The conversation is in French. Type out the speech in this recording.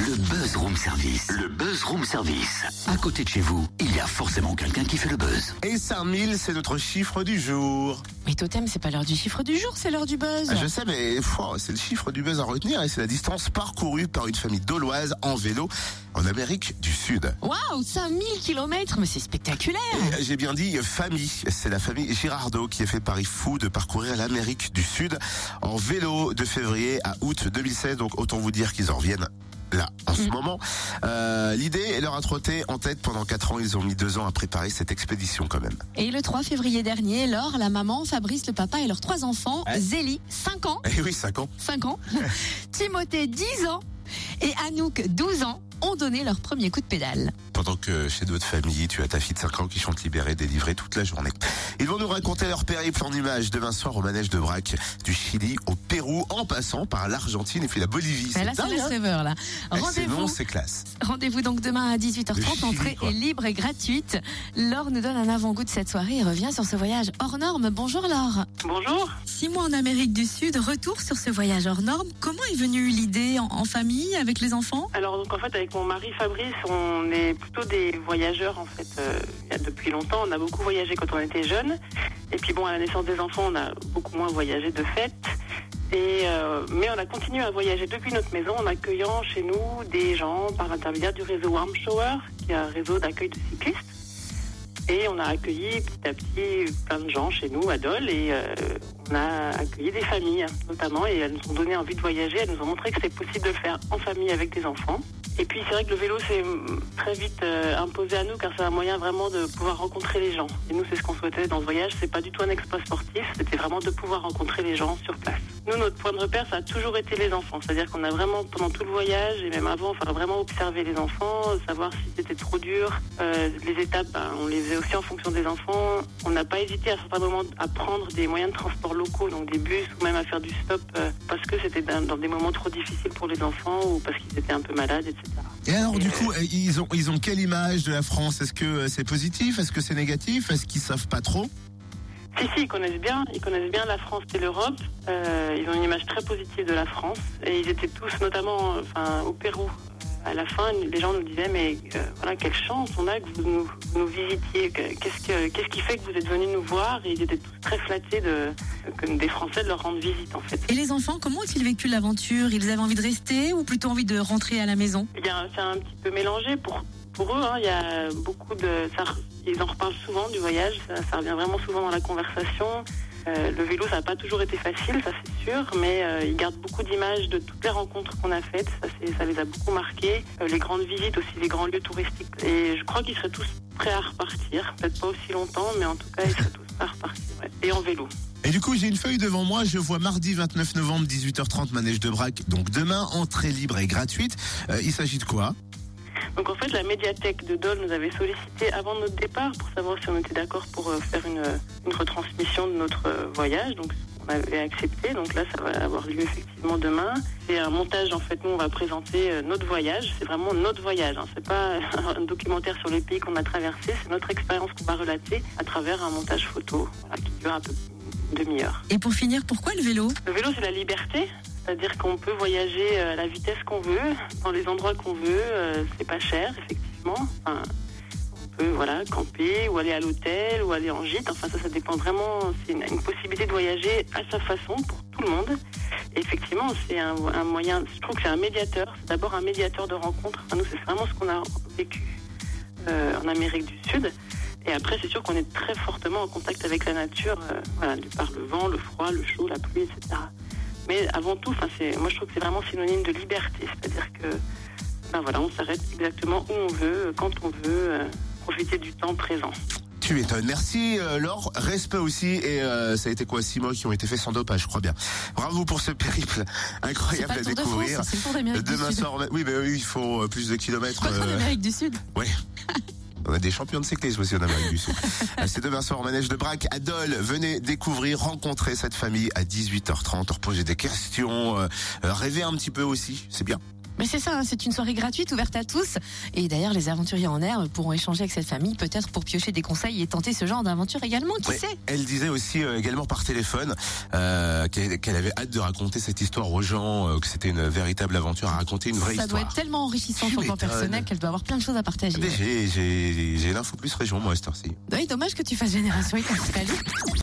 Le Buzz Room Service. Le Buzz Room Service. À côté de chez vous, il y a forcément quelqu'un qui fait le buzz. Et 5000, c'est notre chiffre du jour. Mais Totem, c'est pas l'heure du chiffre du jour, c'est l'heure du buzz. Je sais, mais c'est le chiffre du buzz à retenir et c'est la distance parcourue par une famille doloise en vélo en Amérique du Sud. Waouh, 5000 km, mais c'est spectaculaire. Et j'ai bien dit famille, c'est la famille Girardot qui a fait le pari fou de parcourir l'Amérique du Sud en vélo de février à août 2016. Donc autant vous dire qu'ils en reviennent là en ce moment. L'idée leur a trotté en tête pendant 4 ans. Ils ont mis 2 ans à préparer cette expédition quand même. Et le 3 février dernier, Laure, la maman, Fabrice, le papa et leurs 3 enfants, Zélie, 5 ans. Eh oui, 5 ans. 5 ans. Timothée, 10 ans. Et Anouk, 12 ans, ont donné leur premier coup de pédale. Pendant que chez d'autres familles, tu as ta fille de 5 ans qui chante libérée, délivrée toute la journée. Ils vont nous raconter leur périple en images demain soir au manège de Brac, du Chili au Pérou, en passant par l'Argentine et puis la Bolivie. Là, c'est le rêveur, là. C'est long, c'est classe. Rendez-vous donc demain à 18h30. L'entrée est libre et gratuite. Laure nous donne un avant-goût de cette soirée et revient sur ce voyage hors norme. Bonjour Laure. Bonjour. 6 mois en Amérique du Sud, retour sur ce voyage hors norme. Comment est venue l'idée en famille, avec les enfants? Alors donc en fait avec mon mari Fabrice, on est plutôt des voyageurs en fait. Depuis longtemps, on a beaucoup voyagé quand on était jeunes. Et puis bon, à la naissance des enfants, on a beaucoup moins voyagé de fait. Mais on a continué à voyager depuis notre maison en accueillant chez nous des gens par l'intermédiaire du réseau Warm Shower, qui est un réseau d'accueil de cyclistes. Et on a accueilli petit à petit plein de gens chez nous à Dole et on a accueilli des familles notamment et elles nous ont donné envie de voyager, elles nous ont montré que c'est possible de le faire en famille avec des enfants. Et puis c'est vrai que le vélo s'est très vite imposé à nous car c'est un moyen vraiment de pouvoir rencontrer les gens. Et nous c'est ce qu'on souhaitait dans ce voyage, c'est pas du tout un exploit sportif, c'était vraiment de pouvoir rencontrer les gens sur place. Nous notre point de repère ça a toujours été les enfants, c'est-à-dire qu'on a vraiment pendant tout le voyage et même avant, vraiment observé les enfants, savoir si c'était trop dur. Les étapes, on les faisait aussi en fonction des enfants. On n'a pas hésité à certains moments à prendre des moyens de transport locaux, donc des bus ou même à faire du stop parce que c'était dans des moments trop difficiles pour les enfants ou parce qu'ils étaient un peu malades, etc. Et alors du coup, ils ont quelle image de la France? Est-ce que c'est positif? Est-ce que c'est négatif? Est-ce qu'ils savent pas trop? Si, ils connaissent bien la France et l'Europe. Ils ont une image très positive de la France et ils étaient tous, notamment au Pérou. À la fin, les gens nous disaient mais voilà quelle chance on a que vous nous visitiez. Qu'est-ce qui fait que vous êtes venus nous voir? Et ils étaient tous très flattés que des Français leur rendent visite en fait. Et les enfants, comment ont-ils vécu l'aventure? Ils avaient envie de rester ou plutôt envie de rentrer à la maison? C'est un petit peu mélangé pour eux. Il y a beaucoup ils en reparlent souvent du voyage. Ça revient vraiment souvent dans la conversation. Le vélo, ça n'a pas toujours été facile, ça c'est sûr, mais ils gardent beaucoup d'images de toutes les rencontres qu'on a faites. Ça les a beaucoup marqués. Les grandes visites aussi, les grands lieux touristiques. Et je crois qu'ils seraient tous prêts à repartir. Peut-être pas aussi longtemps, mais en tout cas, ils seraient tous prêts à repartir. Ouais. Et en vélo. Et du coup, j'ai une feuille devant moi. Je vois mardi 29 novembre, 18h30, manège de Brac. Donc demain, entrée libre et gratuite. Il s'agit de quoi? Donc en fait, la médiathèque de Dole nous avait sollicité avant notre départ pour savoir si on était d'accord pour faire une retransmission de notre voyage. Donc on avait accepté. Donc là, ça va avoir lieu effectivement demain. C'est un montage. En fait, nous, on va présenter notre voyage. C'est vraiment notre voyage. C'est pas un documentaire sur les pays qu'on a traversés. C'est notre expérience qu'on va relater à travers un montage photo qui dure un peu une demi-heure. Et pour finir, pourquoi le vélo? Le vélo, c'est la liberté. C'est-à-dire qu'on peut voyager à la vitesse qu'on veut, dans les endroits qu'on veut. C'est pas cher, effectivement. On peut camper ou aller à l'hôtel ou aller en gîte. Ça dépend vraiment. C'est une possibilité de voyager à sa façon pour tout le monde. Et effectivement, c'est un moyen. Je trouve que c'est un médiateur. C'est d'abord un médiateur de rencontre. Nous, c'est vraiment ce qu'on a vécu en Amérique du Sud. Et après, c'est sûr qu'on est très fortement en contact avec la nature, par le vent, le froid, le chaud, la pluie, etc. Mais avant tout, moi je trouve que c'est vraiment synonyme de liberté, c'est-à-dire que on s'arrête exactement où on veut, quand on veut, profiter du temps présent. Tu m'étonnes. Merci Laure. Respect aussi. Et ça a été 6 mois qui ont été faits sans dopage, je crois bien. Bravo pour ce périple incroyable à découvrir. C'est le Tour d'Amérique Demain du Sud. soir, oui, il faut plus de kilomètres. C'est pas le Tour d'Amérique du Sud. Ouais. On a des champions de cyclisme aussi en Amérique du Sud. C'est demain soir au manège de Brac à Dole. Venez découvrir, rencontrer cette famille à 18h30, leur poser des questions, rêver un petit peu aussi. C'est bien. Mais c'est ça, c'est une soirée gratuite ouverte à tous. Et d'ailleurs, les aventuriers en herbe pourront échanger avec cette famille, peut-être pour piocher des conseils et tenter ce genre d'aventure également, qui sait. Elle disait aussi également par téléphone qu'elle avait hâte de raconter cette histoire aux gens, que c'était une véritable aventure à raconter, une vraie histoire. Ça doit être tellement enrichissant sur le plan personnel qu'elle doit avoir plein de choses à partager. J'ai l'info plus région, moi, à cette heure-ci. Oui, dommage que tu fasses Génération X.